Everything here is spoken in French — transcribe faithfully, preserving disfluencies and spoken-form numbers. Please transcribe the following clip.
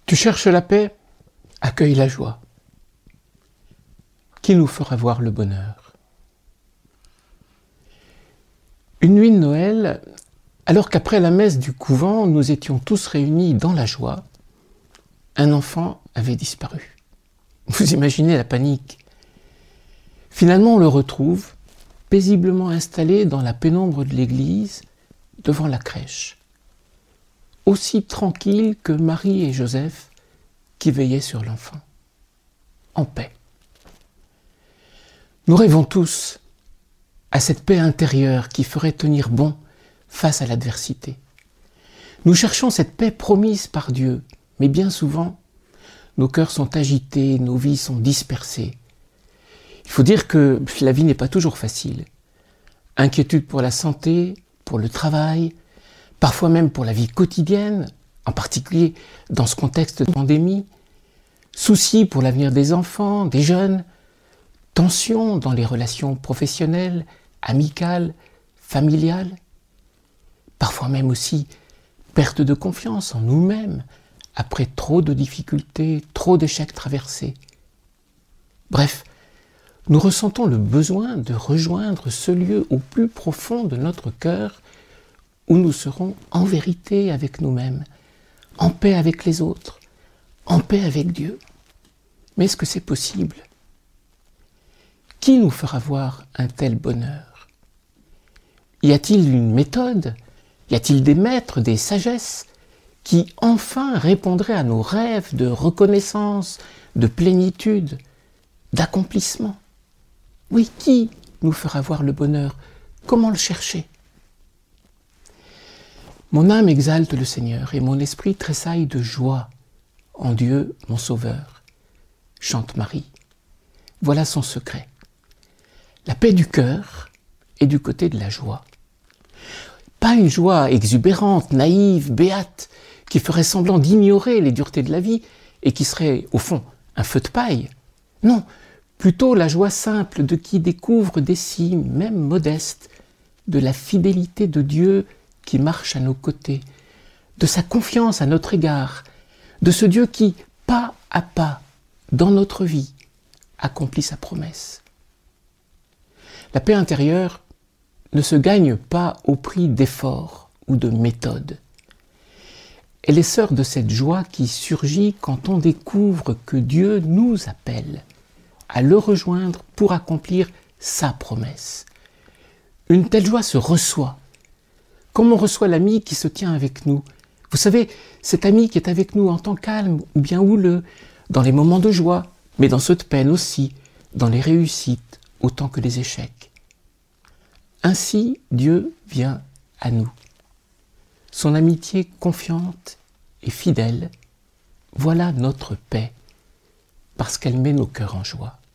Tu cherches la paix? Accueille la joie. Qui nous fera voir le bonheur? Une nuit de Noël, alors qu'après la messe du couvent, nous étions tous réunis dans la joie, un enfant avait disparu. Vous imaginez la panique. Finalement, on le retrouve, paisiblement installé dans la pénombre de l'église, devant la crèche, aussi tranquille que Marie et Joseph qui veillaient sur l'enfant, en paix. Nous rêvons tous à cette paix intérieure qui ferait tenir bon face à l'adversité. Nous cherchons cette paix promise par Dieu, mais bien souvent, nos cœurs sont agités, nos vies sont dispersées. Il faut dire que la vie n'est pas toujours facile. Inquiétude pour la santé, pour le travail, parfois même pour la vie quotidienne, en particulier dans ce contexte de pandémie, soucis pour l'avenir des enfants, des jeunes, tensions dans les relations professionnelles, amicales, familiales, parfois même aussi perte de confiance en nous-mêmes, après trop de difficultés, trop d'échecs traversés. Bref, nous ressentons le besoin de rejoindre ce lieu au plus profond de notre cœur où nous serons en vérité avec nous-mêmes, en paix avec les autres, en paix avec Dieu. Mais est-ce que c'est possible? Qui nous fera voir un tel bonheur? Y a-t-il une méthode? Y a-t-il des maîtres, des sagesses qui enfin répondraient à nos rêves de reconnaissance, de plénitude, d'accomplissement? Oui, qui nous fera voir le bonheur? Comment le chercher? Mon âme exalte le Seigneur et mon esprit tressaille de joie en Dieu, mon Sauveur, chante Marie. Voilà son secret. La paix du cœur est du côté de la joie. Pas une joie exubérante, naïve, béate, qui ferait semblant d'ignorer les duretés de la vie et qui serait, au fond, un feu de paille. Non, plutôt la joie simple de qui découvre des signes, même modestes, de la fidélité de Dieu qui marche à nos côtés, de sa confiance à notre égard, de ce Dieu qui, pas à pas, dans notre vie, accomplit sa promesse. La paix intérieure ne se gagne pas au prix d'efforts ou de méthodes. Elle est sœur de cette joie qui surgit quand on découvre que Dieu nous appelle à le rejoindre pour accomplir sa promesse. Une telle joie se reçoit, comme on reçoit l'ami qui se tient avec nous. Vous savez, cet ami qui est avec nous en temps calme ou bien houleux, dans les moments de joie, mais dans ceux de peine aussi, dans les réussites autant que les échecs. Ainsi, Dieu vient à nous. Son amitié confiante et fidèle, voilà notre paix, parce qu'elle met nos cœurs en joie.